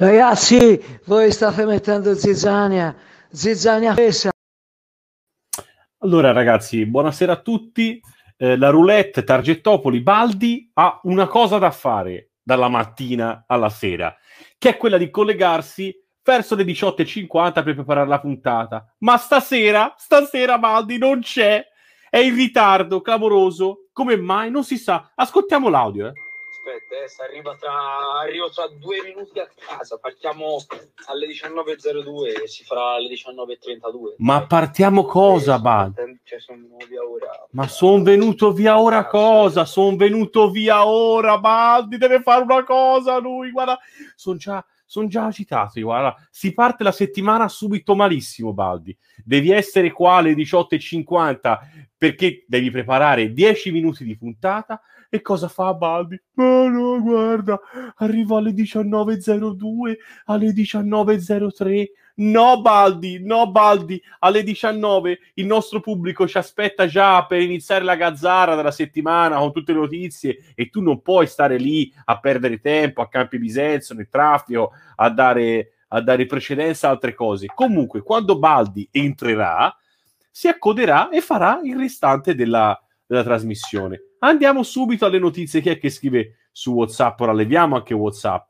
Ragazzi, voi state mettendo zizzania fessa. Allora ragazzi, buonasera a tutti. La roulette Targettopoli Baldi ha una cosa da fare dalla mattina alla sera, che è quella di collegarsi verso le 18:50 per preparare la puntata. Ma stasera Baldi non c'è, è in ritardo, clamoroso. Come mai? Non si sa. Ascoltiamo l'audio, Aspetta, arrivo tra 2 minuti a casa. Partiamo alle 19:02 e si farà alle 19:32. Ma partiamo cosa, Baldi? Cioè, sono via ora. Ma sono venuto via ora cosa? Sono venuto via ora, Baldi, deve fare una cosa lui, guarda, sono già agitato, guarda. Si parte la settimana subito malissimo, Baldi. Devi essere qua alle 18:50 perché devi preparare 10 minuti di puntata. E cosa fa Baldi? Ma no, guarda, arrivo alle 19:02, alle 19:03. No Baldi, alle 19 il nostro pubblico ci aspetta già per iniziare la gazzara della settimana con tutte le notizie e tu non puoi stare lì a perdere tempo a Campi Bisenzio, nel traffico, a dare precedenza a altre cose. Comunque, quando Baldi entrerà, si accoderà e farà il restante della trasmissione. Andiamo subito alle notizie. Chi è che scrive su WhatsApp? Ora leviamo anche WhatsApp.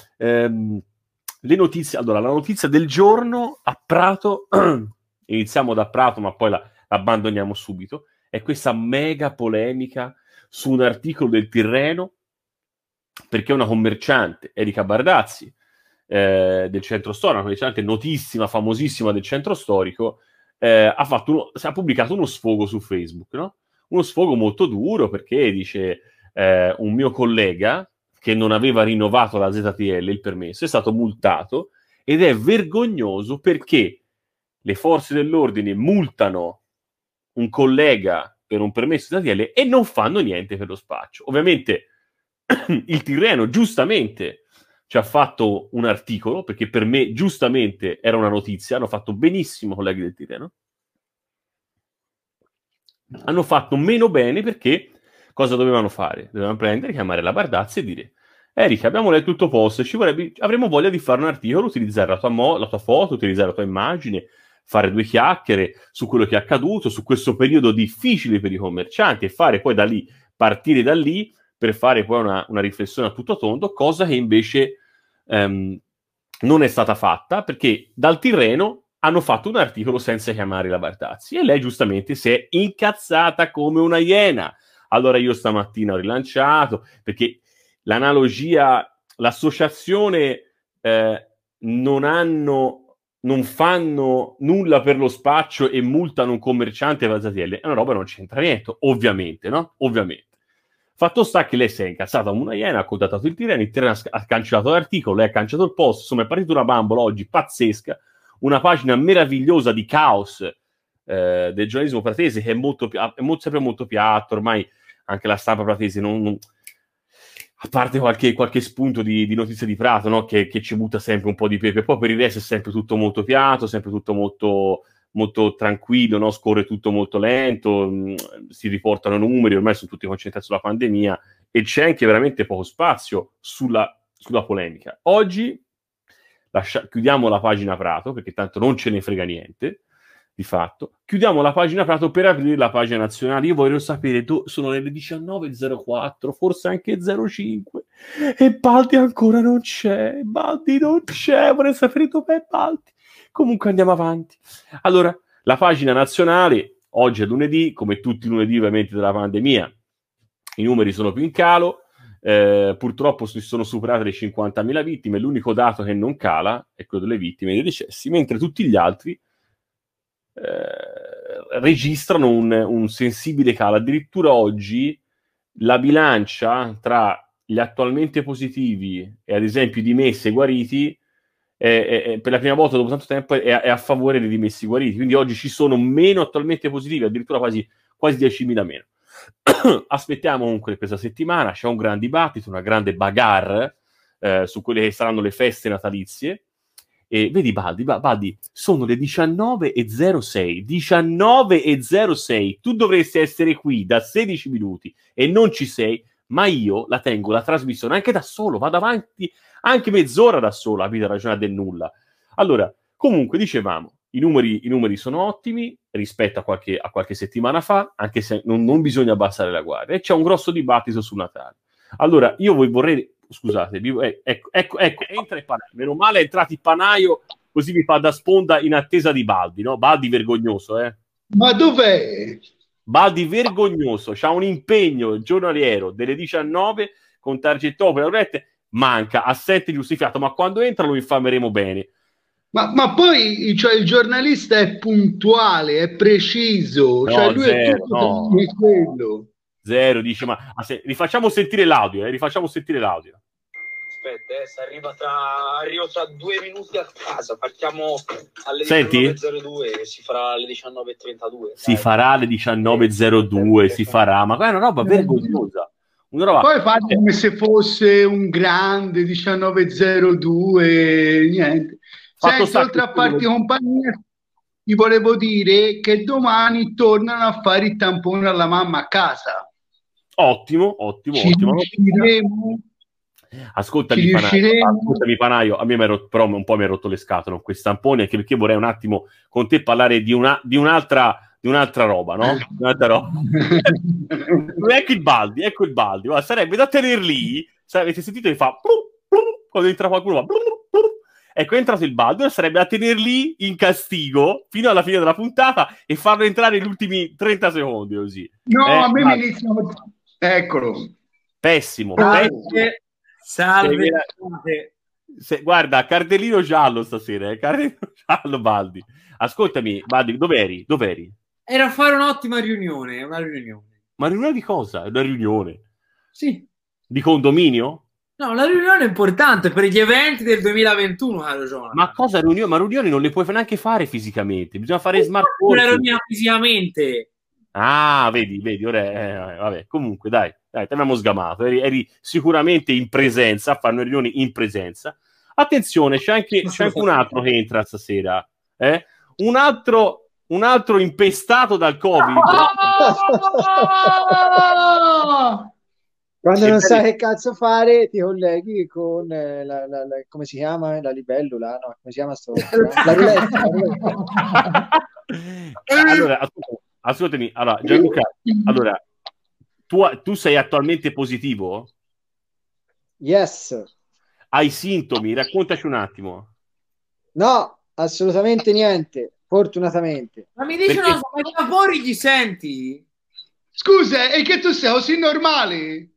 Le notizie. Allora, la notizia del giorno a Prato, iniziamo da Prato, ma poi la abbandoniamo subito. È questa mega polemica su un articolo del Tirreno, perché una commerciante, Erika Bardazzi, del centro storico, una commerciante notissima, famosissima del centro storico, ha pubblicato uno sfogo su Facebook, no? Uno sfogo molto duro perché dice un mio collega che non aveva rinnovato la ZTL, il permesso, è stato multato ed è vergognoso perché le forze dell'ordine multano un collega per un permesso ZTL e non fanno niente per lo spaccio. Ovviamente il Tirreno giustamente ci ha fatto un articolo, perché per me giustamente era una notizia, hanno fatto benissimo colleghi del Tirreno, hanno fatto meno bene perché cosa dovevano fare? Dovevano prendere, chiamare la Bardazzi e dire: Erika, abbiamo letto il tuo post, avremo voglia di fare un articolo, utilizzare la tua foto, utilizzare la tua immagine, fare due chiacchiere su quello che è accaduto, su questo periodo difficile per i commercianti e fare poi partire da lì per fare poi una riflessione a tutto tondo, cosa che invece non è stata fatta, perché dal Tirreno hanno fatto un articolo senza chiamare la Bardazzi e lei giustamente si è incazzata come una iena. Allora io stamattina ho rilanciato, perché l'analogia, l'associazione non fanno nulla per lo spaccio e multano un commerciante per la ZTL, è una roba che non c'entra niente, ovviamente, no? Ovviamente. Fatto sta che lei si è incazzata come una iena, ha contattato il Tirreno ha cancellato l'articolo, lei ha cancellato il post, insomma è partita una bambola oggi pazzesca, una pagina meravigliosa di caos del giornalismo pratese che è sempre molto piatto, ormai anche la stampa pratese a parte qualche spunto di notizie di Prato, no? che ci butta sempre un po' di pepe, poi per il resto è sempre tutto molto piatto, sempre tutto molto, molto tranquillo, no? Scorre tutto molto lento, si riportano numeri, ormai sono tutti concentrati sulla pandemia e c'è anche veramente poco spazio sulla polemica. Oggi chiudiamo la pagina Prato, perché tanto non ce ne frega niente, di fatto. Chiudiamo la pagina Prato per aprire la pagina nazionale. Io voglio sapere, sono le 19:04, forse anche 05, e Baldi ancora non c'è. Vorrei sapere dov'è Baldi. Comunque andiamo avanti. Allora, la pagina nazionale, oggi è lunedì, come tutti i lunedì ovviamente della pandemia, i numeri sono più in calo. Purtroppo si sono superate le 50.000 vittime, l'unico dato che non cala è quello delle vittime e dei decessi, mentre tutti gli altri registrano un sensibile calo. Addirittura oggi la bilancia tra gli attualmente positivi e ad esempio i dimessi e guariti per la prima volta dopo tanto tempo è a favore dei dimessi guariti, quindi oggi ci sono meno attualmente positivi, addirittura quasi 10.000 meno. Aspettiamo comunque questa settimana, c'è un gran dibattito, una grande bagarre su quelle che saranno le feste natalizie. E vedi Baldi, sono le 19:06, tu dovresti essere qui da 16 minuti e non ci sei, ma io la tengo la trasmissione anche da solo, vado avanti anche mezz'ora da solo, capito? Ragionare del nulla. Allora, comunque, dicevamo, i numeri sono ottimi rispetto a qualche settimana fa, anche se non bisogna abbassare la guardia, e c'è un grosso dibattito su Natale. Allora, io vorrei, scusate, ecco, entra il Panaio, meno male è entrato il Panaio, così mi fa da sponda in attesa di Baldi, no? Baldi vergognoso, Ma dov'è? Baldi vergognoso, c'ha un impegno giornaliero delle 19 con Targetopoli, manca, assente giustificato, ma quando entra lo infameremo bene. Ma poi cioè, il giornalista è puntuale, è preciso, No, cioè lui zero, è tutto no. tranne quello. Zero, dice, ma rifacciamo sentire l'audio, rifacciamo sentire l'audio. Aspetta, se arrivo tra 2 minuti a casa, partiamo alle Senti? 19.02 e si farà alle 19.32. Si farà alle 19.02, si farà, ma qua è una roba vergognosa. Una roba... Poi fate come se fosse un grande 19.02, niente. Senti, oltre a farti compagnia, ti volevo dire che domani tornano a fare il tampone alla mamma a casa. Ottimo. Riusciremo? Ascoltami, Panaio, a me però un po' mi ha rotto le scatole con questi tamponi, anche perché vorrei un attimo con te parlare di un'altra roba, no? Un'altra roba. ecco il Baldi. Guarda, sarebbe da tenere lì, avete sentito che fa quando entra qualcuno va. Ecco, è entrato il Baldi, ora sarebbe da tenere lì in castigo fino alla fine della puntata e farlo entrare negli ultimi 30 secondi così. No, a me mi iniziano... Eccolo. Pessimo. Salve. Guarda, cardellino giallo stasera, cardellino giallo Baldi. Ascoltami, Baldi, dov'eri? Era a fare un'ottima riunione, una riunione. Ma riunione di cosa? Una riunione? Sì. Di condominio? No, la riunione è importante per gli eventi del 2021, caro Jonathan. Ma cosa riunione? Ma riunioni non le puoi neanche fare fisicamente, bisogna fare smart working. La riunione fisicamente. Ah, vedi, ora vabbè, comunque dai, ti abbiamo sgamato, eri sicuramente in presenza, a fare una riunione in presenza. Attenzione, c'è anche un altro che entra stasera, un altro impestato dal Covid. Quando non sai che cazzo fare, ti colleghi con come si chiama? La libellula? No, come si chiama sto? La ruletta. Allora, ascoltami. Allora, Gianluca, tu sei attualmente positivo? Yes. Hai sintomi? Raccontaci un attimo. No, assolutamente niente, fortunatamente. Ma mi dici una cosa, ma i lavori gli senti? Scusa, è che tu sei così normale?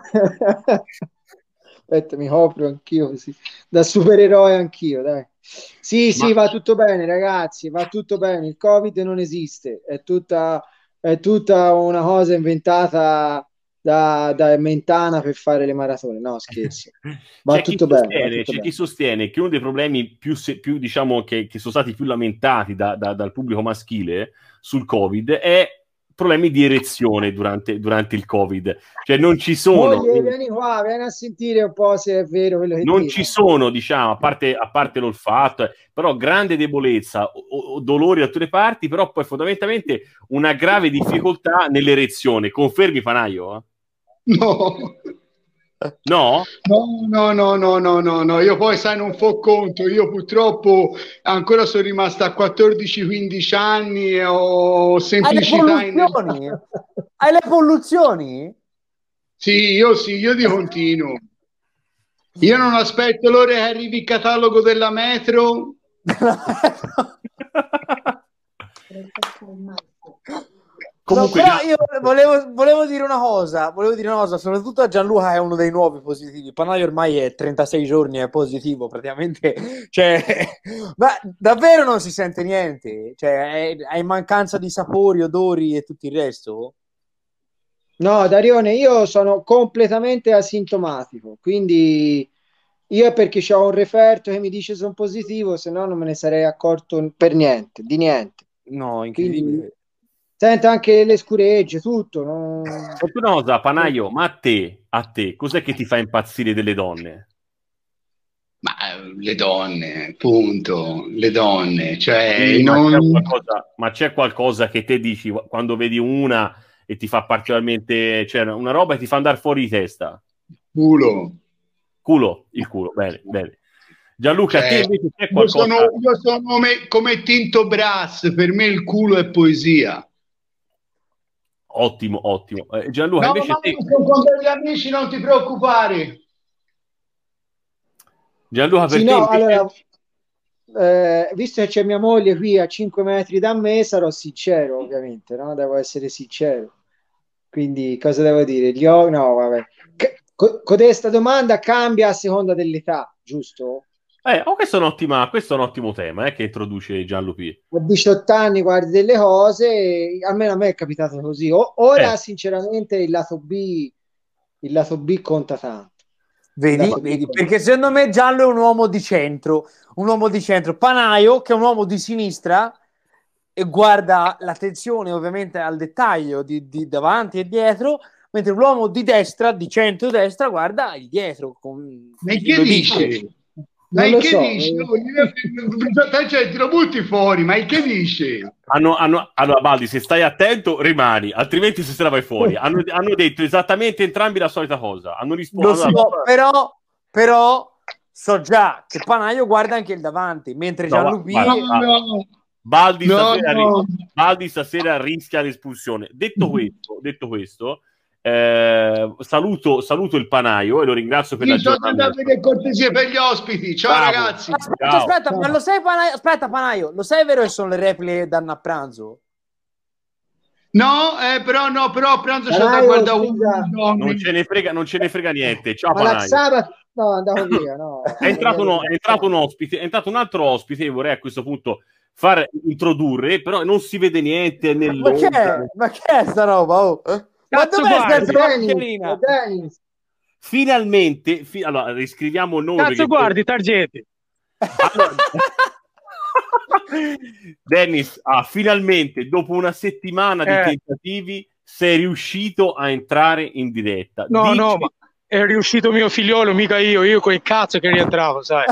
Aspetta, mi copro anch'io così da supereroe anch'io, dai. Sì, va tutto bene, ragazzi, va tutto bene. Il Covid non esiste, è tutta una cosa inventata da Mentana per fare le maratone. No, scherzo. Va tutto bene. C'è chi sostiene che uno dei problemi più diciamo che sono stati più lamentati dal pubblico maschile sul Covid è problemi di erezione durante il Covid, cioè non ci sono. Vieni qua, vieni a sentire un po' se è vero quello che non ci sono, diciamo, a parte l'olfatto, però grande debolezza o dolori da tutte le parti, però poi fondamentalmente una grave difficoltà nell'erezione. Confermi, Panaio? No. No? No, io poi sai non fo conto, io purtroppo ancora sono rimasto a 14-15 anni e ho semplicità Hai le polluzioni? Sì, io di continuo. Io non aspetto l'ora che arrivi il catalogo della metro. Comunque, no, però io volevo dire una cosa, soprattutto a Gianluca, che è uno dei nuovi positivi. Panaio ormai è 36 giorni, è positivo praticamente, cioè, ma davvero non si sente niente? Cioè, hai mancanza di sapori, odori e tutto il resto? No, Darione, io sono completamente asintomatico, quindi io è perché ho un referto che mi dice sono positivo, se no non me ne sarei accorto per niente, di niente. No, incredibile. Quindi, senta anche le scuregge, tutto. No? Una cosa, Panaio, ma a te, cos'è che ti fa impazzire delle donne? Ma le donne, punto, le donne, cioè sì, ma c'è qualcosa che te dici quando vedi una e ti fa particolarmente, cioè una roba che ti fa andare fuori di testa? Culo. Il culo, bene, bene. Gianluca, te invece c'è Io qualcosa? sono come Tinto Brass, per me il culo è poesia. Ottimo. Gianluca, No, invece ma te... sono con degli amici, non ti preoccupare. Gianluca, per Sì, te no, invece... allora, visto che c'è mia moglie qui a 5 metri da me, sarò sincero, ovviamente, no? Devo essere sincero. Quindi, cosa devo dire? No, vabbè. Codesta domanda cambia a seconda dell'età, giusto? questo è un ottimo tema che introduce Gianluca. A 18 anni guardi delle cose, almeno a me è capitato così. Ora, sinceramente, il lato B conta tanto. Vedi, perché secondo me Giallo è un uomo di centro, Panaio che è un uomo di sinistra e guarda l'attenzione ovviamente al dettaglio di davanti e dietro, mentre l'uomo di destra, di centro-destra, guarda il dietro. Ma che dici? Ma che dici? Ti lo butti fuori, ma che dici? Allora, Baldi, se stai attento rimani, altrimenti se la vai fuori. Hanno detto esattamente entrambi la solita cosa. Hanno risposto. Però so già che Panaio guarda anche il davanti, mentre Gianluigi... Baldi stasera rischia l'espulsione. Detto questo, saluto il Panaio e lo ringrazio per l'aggiornamento. Che cortesia per gli ospiti. Ciao. Bravo. Ragazzi. Aspetta, ma lo sai Panaio? Aspetta, Panaio, lo sai vero che sono le repliche danno a pranzo? No, però a pranzo c'è da guardare non ce ne frega niente. Ciao Panaio. No, andavo via, no. È entrato un altro ospite, vorrei a questo punto far introdurre, però non si vede niente ma che è sta roba? Oh? Ma dov'è questa macchina? Finalmente, allora riscriviamo il nome. Cazzo guardi, Targeti. Allora, Dennis, finalmente dopo una settimana di tentativi sei riuscito a entrare in diretta. No, ma è riuscito mio figliolo, mica io quel cazzo che rientravo, sai.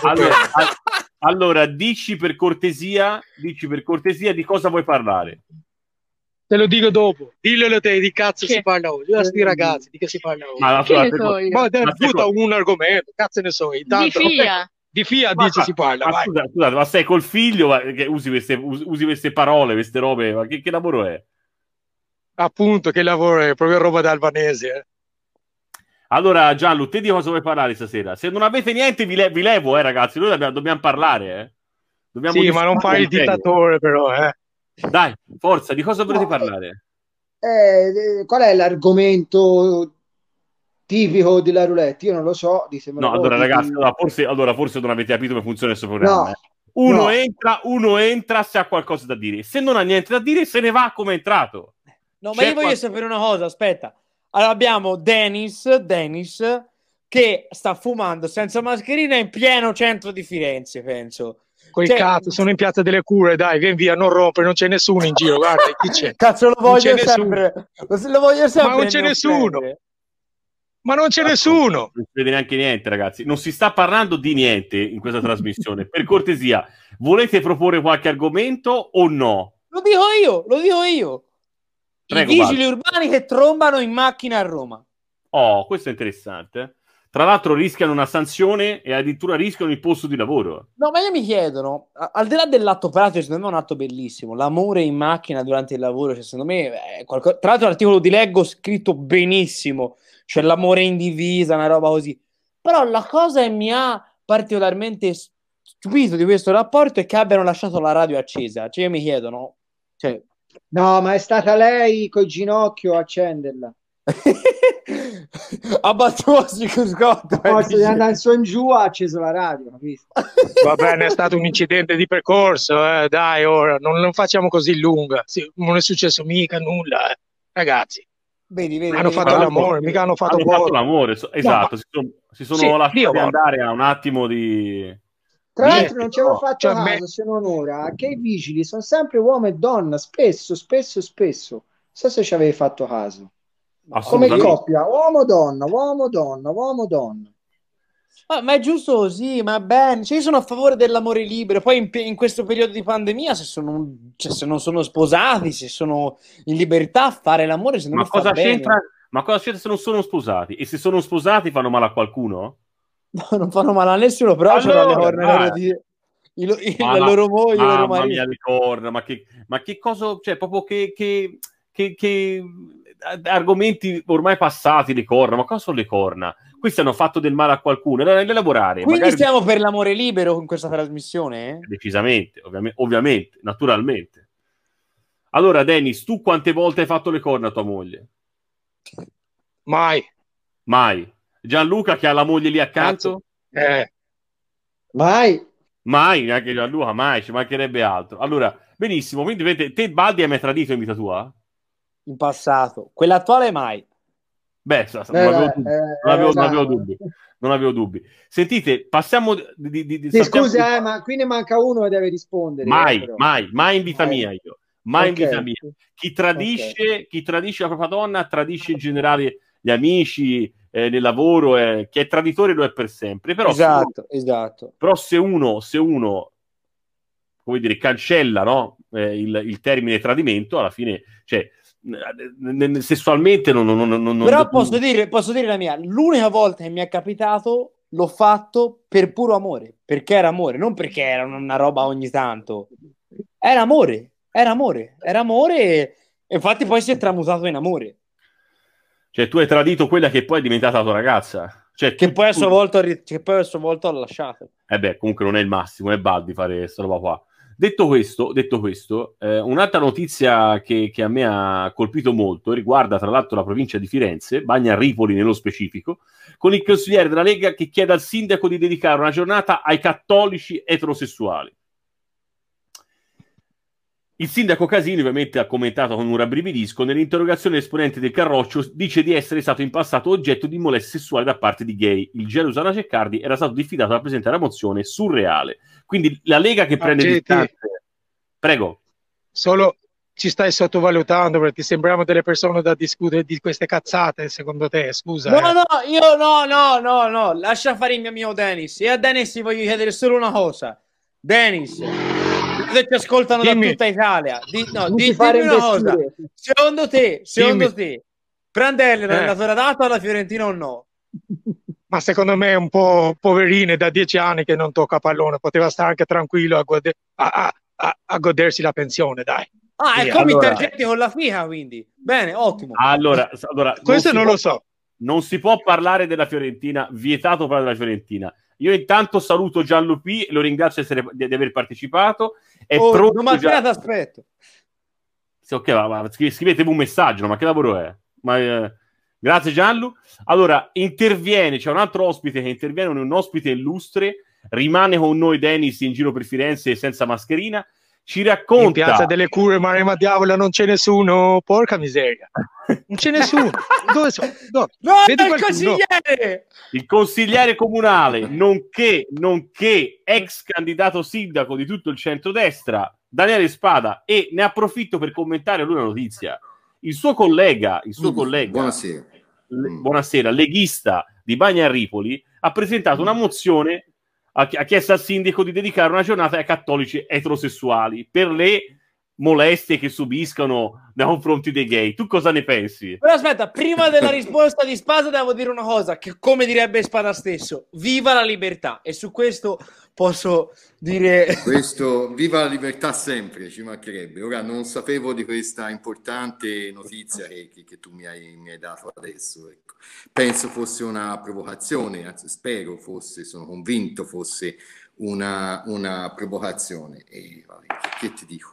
Allora, dici per cortesia di cosa vuoi parlare? Te lo dico dopo. Diglielo te, di cazzo si parla oggi. Io a sti ragazzi, di che si parla oggi? Ma butta un argomento, cazzo ne so. Intanto, di FIA dice si parla. Scusate, ma sei col figlio che usi queste parole, queste robe, ma che lavoro è? Appunto, che lavoro è? Proprio roba da albanese, Allora, Gianlu, te di cosa vuoi parlare stasera? Se non avete niente, vi levo, ragazzi. Noi dobbiamo parlare, Sì, ma non fai il dittatore, però, Dai, forza, di cosa volete parlare? Qual è l'argomento tipico della roulette? Io non lo so. No, allora, ragazzi, forse non avete capito come funziona questo programma. No. Uno entra se ha qualcosa da dire. Se non ha niente da dire, se ne va come è entrato. No, ma io voglio sapere una cosa, aspetta. Allora abbiamo Dennis che sta fumando senza mascherina in pieno centro di Firenze, penso. Quel cazzo, sono in Piazza delle Cure, dai, vieni via, non rompere, non c'è nessuno in giro, guarda, chi c'è? Cazzo, lo voglio sempre. Ma non c'è nessuno. Ma non c'è nessuno. Non si vede neanche niente, ragazzi. Non si sta parlando di niente in questa trasmissione. Per cortesia, volete proporre qualche argomento o no? Lo dico io. Prego, I vigili urbani che trombano in macchina a Roma. Oh, questo è interessante. Tra l'altro rischiano una sanzione e addirittura rischiano il posto di lavoro. No, ma io mi chiedono, al di là dell'atto pratico, secondo me è un atto bellissimo. L'amore in macchina durante il lavoro, cioè, secondo me è qualcosa... Tra l'altro l'articolo di Leggo scritto benissimo, cioè l'amore in divisa, una roba così. Però la cosa che mi ha particolarmente stupito di questo rapporto è che abbiano lasciato la radio accesa. Cioè io mi chiedo, no? Cioè... No, ma è stata lei col ginocchio a accenderla. Abbattuosi con Scott. Forse di andare su in giù ha acceso la radio, capito? Va bene, è stato un incidente di percorso, dai, ora non facciamo così lunga. Sì, non è successo mica nulla, ragazzi. Vedi, hanno fatto l'amore, mica hanno fatto l'amore. Esatto, si sono lasciati andare a un attimo di... Tra l'altro non ci avevo fatto caso, se non ora, che i vigili sono sempre uomo e donna, spesso. Non so se ci avevi fatto caso. Come coppia, uomo-donna. Ma è giusto così, ma bene. Cioè, io sono a favore dell'amore libero. Poi in questo periodo di pandemia, se non sono sposati, se sono in libertà a fare l'amore, se non ma cosa c'entra? Ma cosa c'entra se non sono sposati? E se sono sposati fanno male a qualcuno? No, non fanno male a nessuno, però allora, c'erano le corna la loro moglie, il loro marito. Mia, le corna, ma che cosa, cioè proprio che argomenti ormai passati, le corna, ma cosa sono le corna? Questi hanno fatto del male a qualcuno, era elaborare. Quindi magari stiamo per l'amore libero in questa trasmissione? Decisamente, ovviamente, naturalmente. Allora, Dennis, tu quante volte hai fatto le corna a tua moglie? Mai. Gianluca che ha la moglie lì accanto? Mai, neanche Gianluca, mai, ci mancherebbe altro. Allora, benissimo, quindi vedete, te Baldi hai mai tradito in vita tua? In passato. Quella attuale mai. Beh, non avevo dubbi. Sentite, passiamo scusa, ma qui ne manca uno che deve rispondere. Mai in vita mia io. Mai in vita mia. Chi tradisce la propria donna tradisce in generale gli amici, nel lavoro, chi è traditore lo è per sempre. Però esatto. Però se uno come dire, cancella, no? Il termine tradimento, alla fine, cioè, sessualmente non però posso dire la mia, l'unica volta che mi è capitato l'ho fatto per puro amore, perché era amore, non perché era una roba ogni tanto, era amore e infatti poi si è tramutato in amore. Cioè tu hai tradito quella che poi è diventata la tua ragazza, cioè, che poi a suo volta ho lasciato. Comunque non è il massimo, è Baldi fare questa roba qua. Detto questo, un'altra notizia che a me ha colpito molto riguarda tra l'altro la provincia di Firenze, Bagnaripoli nello specifico, con il consigliere della Lega che chiede al sindaco di dedicare una giornata ai cattolici eterosessuali. Il sindaco Casini ovviamente ha commentato con un rabbrividisco: nell'interrogazione l'esponente del Carroccio dice di essere stato in passato oggetto di molestie sessuali da parte di gay. Il geloso Anna Ceccardi era stato diffidato a presentare la mozione surreale. Quindi la Lega che prende distanze. Prego. Solo ci stai sottovalutando, perché sembriamo delle persone da discutere di queste cazzate, secondo te? Scusa. No, lascia fare il mio amico Dennis. E a Dennis ti voglio chiedere solo una cosa. Dennis, ci ascoltano da tutta Italia. Dimmi una cosa. Secondo te Prandelli è andato dato alla Fiorentina o no? Ma secondo me è un po' poverino, da 10 anni che non tocca pallone, poteva stare anche tranquillo a godersi la pensione, dai. E come intercetti con la FIA, quindi bene, ottimo. Allora questo non lo so. Non si può parlare della Fiorentina, vietato parlare della Fiorentina. Io intanto saluto Gianlupi e lo ringrazio di aver partecipato. È pronto domattina ti aspetto. Sì, ok, ma scrivetevi un messaggio, ma che lavoro è? Grazie Gianlu. Allora, interviene, c'è un altro ospite che interviene, un ospite illustre, rimane con noi Dennis in giro per Firenze senza mascherina, ci racconta... In Piazza delle Cure, Marema Diavola, non c'è nessuno, porca miseria. Non c'è nessuno. Dove sono? No, il consigliere! Il consigliere comunale, nonché ex candidato sindaco di tutto il centrodestra, Daniele Spada, e ne approfitto per commentare lui una notizia. Il suo collega, buonasera, leghista di Bagnaripoli, ha presentato una mozione, ha chiesto al sindaco di dedicare una giornata ai cattolici eterosessuali per le molestie che subiscono nei confronti dei gay. Tu cosa ne pensi? Però aspetta, prima della risposta di Spada devo dire una cosa, che come direbbe Spada stesso, viva la libertà, e su questo posso dire... Viva la libertà sempre, ci mancherebbe. Ora non sapevo di questa importante notizia che tu mi hai dato adesso. Ecco. Penso fosse una provocazione, anzi, spero fosse, sono convinto fosse una provocazione. E vabbè, che ti dico?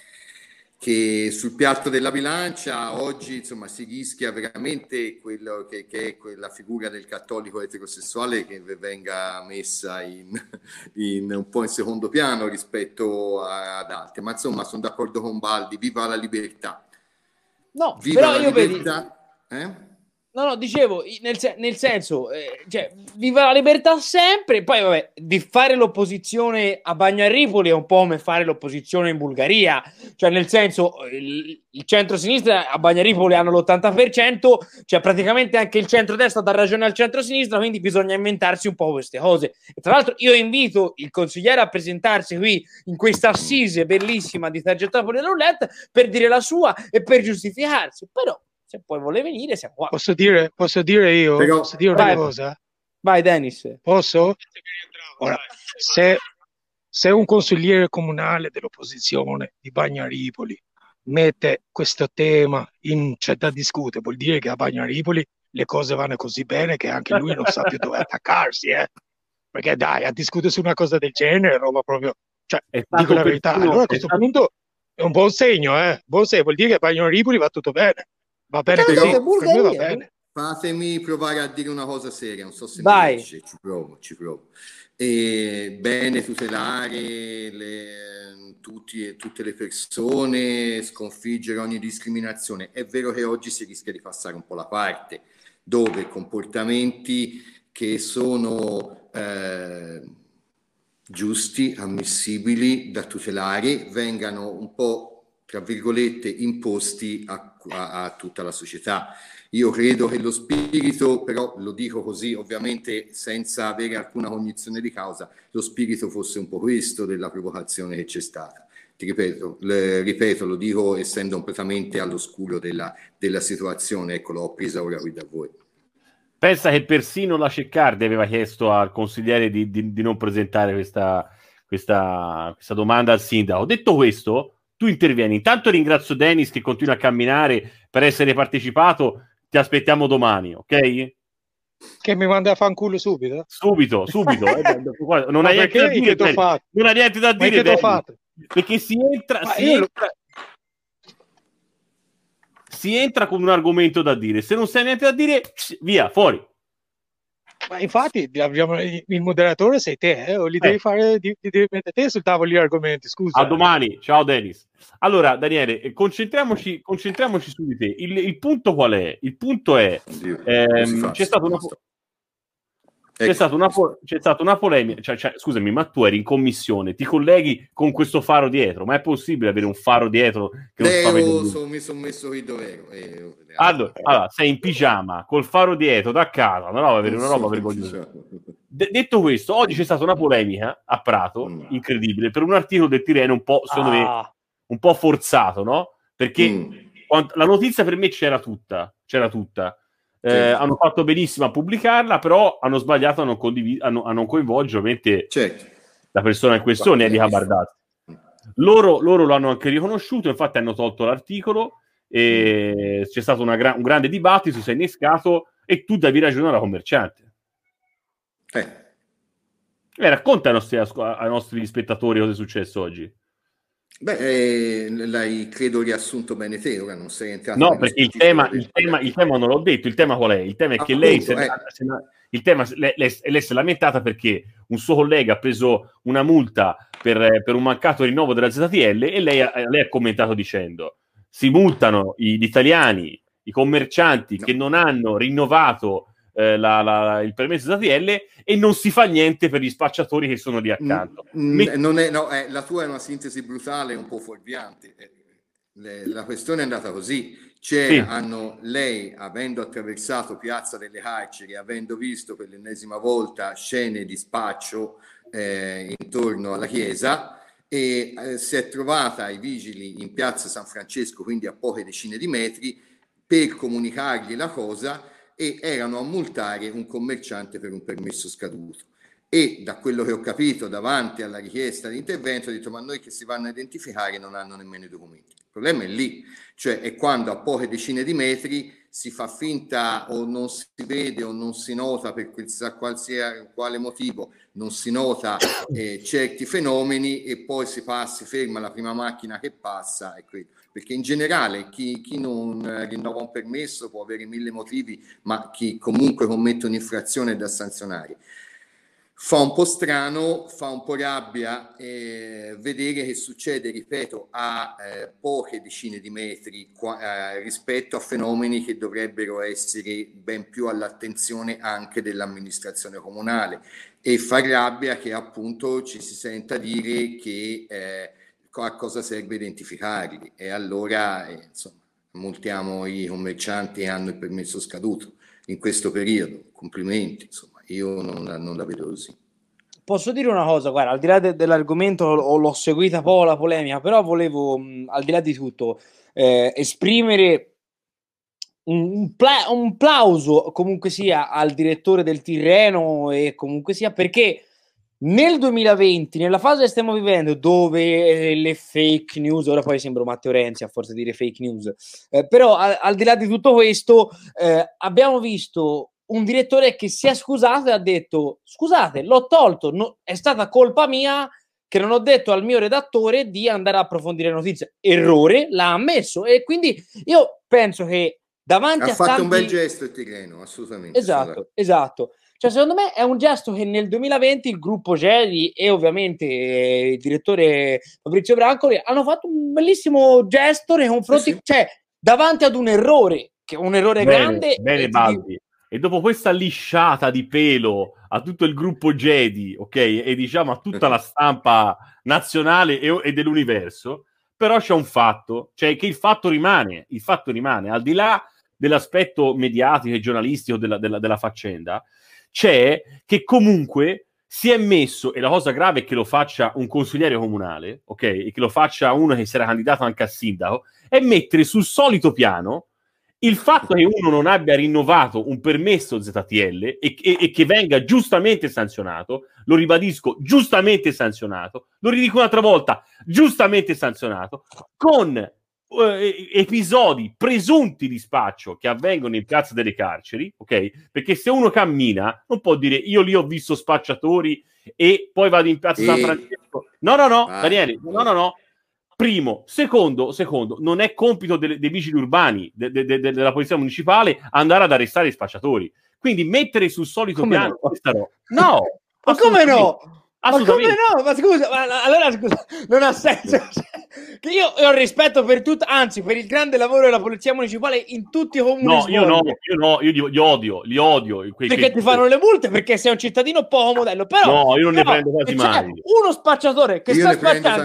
Che sul piatto della bilancia oggi insomma si rischia veramente quello che è quella figura del cattolico eterosessuale che venga messa in un po' in secondo piano rispetto ad altre, ma insomma sono d'accordo con Baldi, viva la libertà. No, viva però la io libertà. No, dicevo, nel senso, cioè, viva la libertà sempre, poi vabbè, di fare l'opposizione a Bagnaripoli è un po' come fare l'opposizione in Bulgaria, cioè nel senso, il centro-sinistra a Bagnaripoli hanno l'80%, cioè praticamente anche il centro-destra dà ragione al centro-sinistra, quindi bisogna inventarsi un po' queste cose. E tra l'altro io invito il consigliere a presentarsi qui in questa assise bellissima di Tangentopoli e Roulette per dire la sua e per giustificarsi, però se poi vuole venire siamo qua. Posso dire io? Però, posso dire una cosa? Vai Dennis. Posso? Ora, se un consigliere comunale dell'opposizione di Bagnaripoli mette questo tema c'è da discutere, vuol dire che a Bagnaripoli le cose vanno così bene che anche lui non sa più dove attaccarsi, perché dai, a discutere su una cosa del genere roba proprio, cioè, dico la verità, allora a questo punto è un buon segno, vuol dire che a Bagnaripoli va tutto bene. Va bene, però, per me va bene. Fatemi provare a dire una cosa seria, non so se Vai. mi riesce, ci provo. Bene tutelare tutte le persone, sconfiggere ogni discriminazione. È vero che oggi si rischia di passare un po' la parte, dove comportamenti che sono giusti, ammissibili, da tutelare, vengano un po', tra virgolette, imposti a tutta la società. Io credo che lo spirito, però lo dico così ovviamente senza avere alcuna cognizione di causa, lo spirito fosse un po' questo della provocazione che c'è stata. Ti ripeto, lo dico essendo completamente all'oscuro della situazione, ecco, l'ho presa ora qui da voi. Pensa che persino la Ceccardi aveva chiesto al consigliere di non presentare questa domanda al sindaco. Detto questo, tu intervieni. Intanto ringrazio Dennis che continua a camminare per essere partecipato. Ti aspettiamo domani, ok? Che mi manda a fanculo subito? Subito. Non hai niente da dire. Non hai niente da dire. Che fatto? Perché si entra con un argomento da dire. Se non sai niente da dire, via, fuori. Ma infatti il moderatore sei te, li devi fare, devi mettere te sul tavolo gli argomenti, scusa. A domani, ciao Dennis. Allora Daniele, concentriamoci su di te. Il punto qual è? Il punto è c'è stata una polemica, cioè, scusami, ma tu eri in commissione, ti colleghi con questo faro dietro, ma è possibile avere un faro dietro che non sta vedendo? Mi sono messo qui dove ero. Allora, sei in pigiama col faro dietro da casa, una roba vergognosa. Detto questo, oggi c'è stata una polemica a Prato incredibile per un articolo del Tirreno un po', secondo me, un po' forzato, no? Perché la notizia per me c'era tutta. Hanno fatto benissimo a pubblicarla, però hanno sbagliato a non coinvolgere ovviamente la persona in questione, Erika Bardazzi. Loro lo hanno anche riconosciuto, infatti hanno tolto l'articolo e c'è stato un grande dibattito, si è innescato e tu davi ragione alla commerciante. Racconta ai nostri spettatori cosa è successo oggi. L'hai credo riassunto bene te, ora non sei entrato. No, perché il tema non l'ho detto. Il tema qual è? Il tema è che lei si è lamentata perché un suo collega ha preso una multa per un mancato rinnovo della ZTL e lei ha commentato dicendo: si multano gli italiani, i commercianti che non hanno rinnovato il permesso ZTL e non si fa niente per gli spacciatori che sono lì accanto. La tua è una sintesi brutale, un po' fuorviante. La questione è andata così. Lei, avendo attraversato Piazza delle Carceri, avendo visto per l'ennesima volta scene di spaccio intorno alla chiesa, e si è trovata ai vigili in Piazza San Francesco, quindi a poche decine di metri, per comunicargli la cosa, e erano a multare un commerciante per un permesso scaduto. E da quello che ho capito, davanti alla richiesta di intervento, ho detto: ma noi che si vanno a identificare non hanno nemmeno i documenti. Il problema è lì, cioè è quando a poche decine di metri si fa finta o non si vede o non si nota per quale motivo non si nota certi fenomeni, e poi si ferma la prima macchina che passa, perché in generale chi non rinnova un permesso può avere 1000 motivi, ma chi comunque commette un'infrazione è da sanzionare. fa un po' strano, fa un po' rabbia vedere che succede, ripeto, a poche decine di metri rispetto a fenomeni che dovrebbero essere ben più all'attenzione anche dell'amministrazione comunale, e fa rabbia che appunto ci si senta dire che a cosa serve identificarli, e allora insomma multiamo i commercianti che hanno il permesso scaduto in questo periodo. Complimenti, insomma. Io non la vedo così. Posso dire una cosa, guarda, al di là dell'argomento l'ho seguita un po' la polemica, però volevo, al di là di tutto, esprimere un plauso comunque sia al direttore del Tirreno, e comunque sia perché nel 2020, nella fase che stiamo vivendo, dove le fake news, ora poi sembro Matteo Renzi a forza di dire fake news, però al di là di tutto questo, abbiamo visto un direttore che si è scusato e ha detto: scusate, l'ho tolto, è stata colpa mia che non ho detto al mio redattore di andare a approfondire le notizie. Errore, l'ha ammesso, e io penso che davanti ha a fatto tanti... un bel gesto il Tirreno, assolutamente. Esatto. Cioè, secondo me è un gesto che nel 2020 il gruppo Gedi e ovviamente il direttore Fabrizio Brancoli hanno fatto un bellissimo gesto nei confronti, cioè davanti ad un errore, che è un errore grande. Bene, Baldi. E dopo questa lisciata di pelo a tutto il gruppo Jedi, ok, e diciamo a tutta la stampa nazionale e dell'universo, però c'è un fatto, cioè che il fatto rimane, al di là dell'aspetto mediatico e giornalistico della faccenda, c'è che comunque si è messo, e la cosa grave è che lo faccia un consigliere comunale, ok, e che lo faccia uno che si era candidato anche a sindaco, è mettere sul solito piano il fatto che uno non abbia rinnovato un permesso ZTL e che venga giustamente sanzionato, lo ribadisco, giustamente sanzionato, lo ridico un'altra volta, giustamente sanzionato, con episodi presunti di spaccio che avvengono in piazza delle carceri, ok? Perché se uno cammina non può dire io lì ho visto spacciatori e poi vado in piazza San Francesco. No, Daniele, no. Primo, secondo, non è compito dei vigili urbani, della polizia municipale andare ad arrestare i spacciatori. Quindi mettere sul solito piano questa roba. No! Ma come no? Ma come no? Ma scusa, allora scusa, non ha senso. Che io ho rispetto per tutto, anzi per il grande lavoro della polizia municipale in tutti i comuni. No, io li odio. Perché ti fanno le multe, perché sei un cittadino poco modello. Però, no, io non ne prendo quasi mai. Uno spacciatore che sta spacciando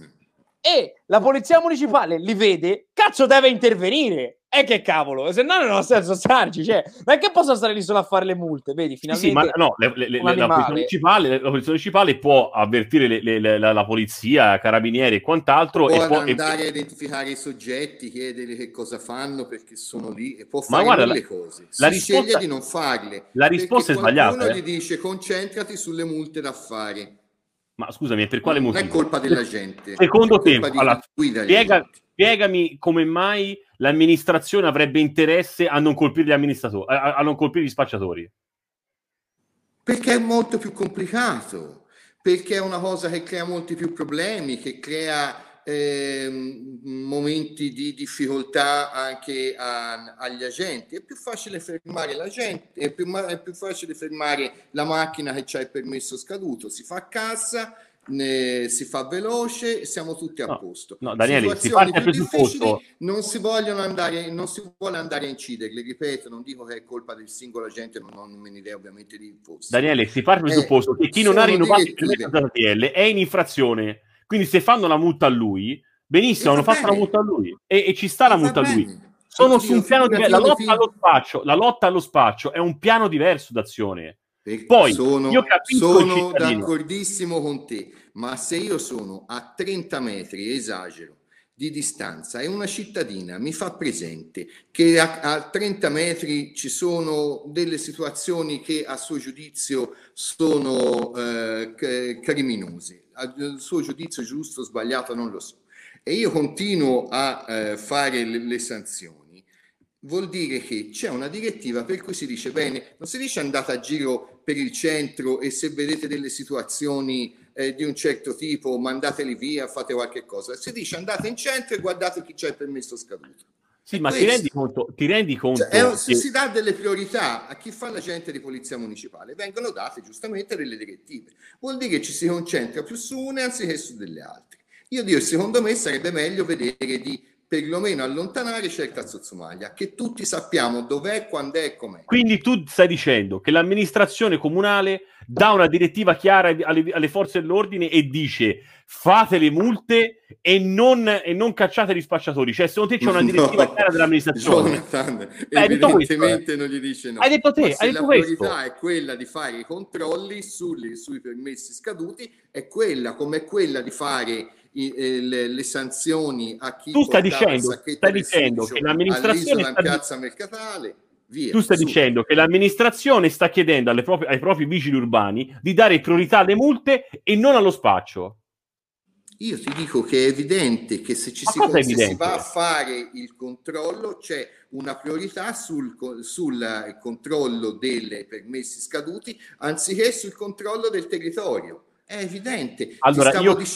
e la polizia municipale li vede, cazzo deve intervenire. E che cavolo, se no non ha senso starci, cioè, non è che posso stare lì solo a fare le multe, vedi, finalmente. Sì, ma no, la polizia municipale può avvertire la polizia, carabinieri e quant'altro. Può andare a identificare i soggetti, chiedere che cosa fanno perché sono lì, e può fare mille cose. Sceglie di non farle. La risposta è sbagliata. Qualcuno gli dice concentrati sulle multe da fare. Ma scusami, per quale motivo? Non è colpa della gente. Secondo te, spiegami come mai l'amministrazione avrebbe interesse a non colpire gli amministratori, a non colpire gli spacciatori? Perché è molto più complicato, perché è una cosa che crea molti più problemi, che crea momenti di difficoltà anche agli agenti. È più facile fermare la gente, è più facile fermare la macchina che c'ha il permesso scaduto, si fa cassa, si fa veloce, siamo tutti a posto. No, Daniele, si parte più difficili, non si vuole andare a inciderli, ripeto, non dico che è colpa del singolo agente, non me ne idea ovviamente di fosse. Daniele, si parte per presupposto che chi non ha rinnovato il permesso ZTL è in infrazione. Quindi se fanno la multa a lui, benissimo, hanno fatto la multa a lui e ci sta la multa a lui. Sono su un piano diverso. La lotta allo spaccio è un piano diverso d'azione. Poi sono d'accordissimo con te, ma se io sono a 30 metri, esagero, di distanza e una cittadina mi fa presente che a 30 metri ci sono delle situazioni che a suo giudizio sono criminose, a suo giudizio giusto o sbagliato non lo so, e io continuo a fare le sanzioni, vuol dire che c'è una direttiva per cui si dice bene, non si dice andate a giro per il centro e se vedete delle situazioni di un certo tipo mandateli via, fate qualche cosa, si dice andate in centro e guardate chi c'ha il permesso scaduto. Sì, ma ti rendi conto cioè, si dà delle priorità a chi fa l'agente di polizia municipale, vengono date giustamente delle direttive, vuol dire che ci si concentra più su une anziché su delle altre. Secondo me sarebbe meglio vedere di perlomeno allontanare certa zozzomaglia, che tutti sappiamo dov'è, quando è e com'è. Quindi tu stai dicendo che l'amministrazione comunale dà una direttiva chiara alle forze dell'ordine e dice fate le multe e non cacciate gli spacciatori. Cioè, secondo te c'è una direttiva chiara dell'amministrazione? Jonathan, evidentemente non gli dice no. Hai detto te, se la priorità è quella di fare i controlli sui permessi scaduti, è quella, come quella di fare le sanzioni a chi tu stai dicendo che l'amministrazione in piazza Mercatale. Via, tu stai dicendo che l'amministrazione sta chiedendo ai propri vigili urbani di dare priorità alle multe e non allo spaccio. Io ti dico che è evidente che se si va a fare il controllo c'è una priorità sul controllo dei permessi scaduti anziché sul controllo del territorio. È evidente. Allora,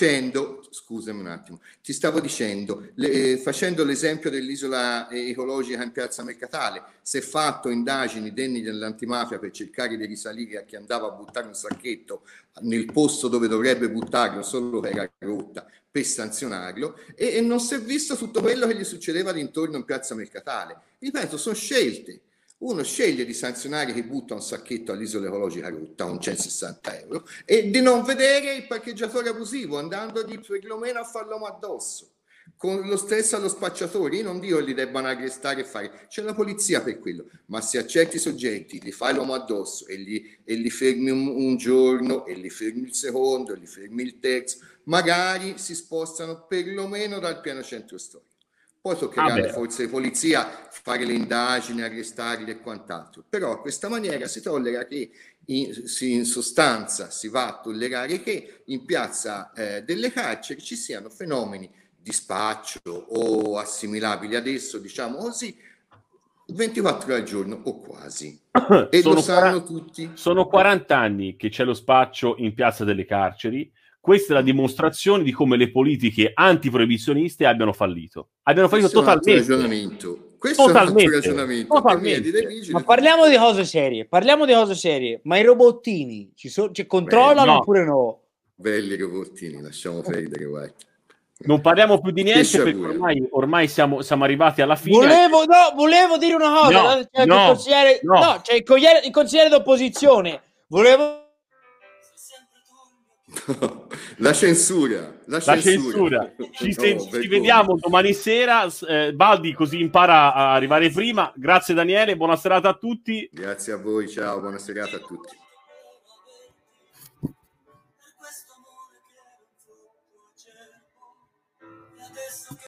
scusami un attimo, ti stavo dicendo, facendo l'esempio dell'isola ecologica in piazza Mercatale, si è fatto indagini degni dell'antimafia per cercare di risalire a chi andava a buttare un sacchetto nel posto dove dovrebbe buttarlo solo che era rotta, per sanzionarlo, e non si è visto tutto quello che gli succedeva d'intorno in piazza Mercatale. Ripeto, sono scelte. Uno sceglie di sanzionare chi butta un sacchetto all'isola ecologica rotta, un 160 euro, e di non vedere il parcheggiatore abusivo, andandogli perlomeno a farlo addosso. Con lo stesso allo spacciatore, io non dico che li debbano arrestare e fare, c'è la polizia per quello, ma se a certi soggetti li fai l'uomo addosso e li fermi un giorno, e li fermi il secondo, e li fermi il terzo, magari si spostano perlomeno dal pieno centro storico. Poi toccherà alle forze di polizia fare le indagini, arrestarli e quant'altro. Però a questa maniera si tollera che, in sostanza, si va a tollerare che in piazza delle carceri ci siano fenomeni di spaccio o assimilabili adesso, diciamo così, 24 ore al giorno o quasi. E lo sanno tutti. Sono 40 anni che c'è lo spaccio in piazza delle carceri. Questa è la dimostrazione di come le politiche antiproibizioniste abbiano fallito. Abbiano fallito totalmente. Questo è un altro ragionamento. Ma parliamo di cose serie. Ma i robottini ci controllano oppure no? Belli robottini, lasciamo perdere, guarda. Non parliamo più di niente perché ormai siamo arrivati alla fine. Volevo dire una cosa. C'è il consigliere d'opposizione. La censura. Ci vediamo domani sera. Baldi, così impara a arrivare prima. Grazie Daniele, buona serata a tutti. Grazie a voi, ciao, buona serata a tutti.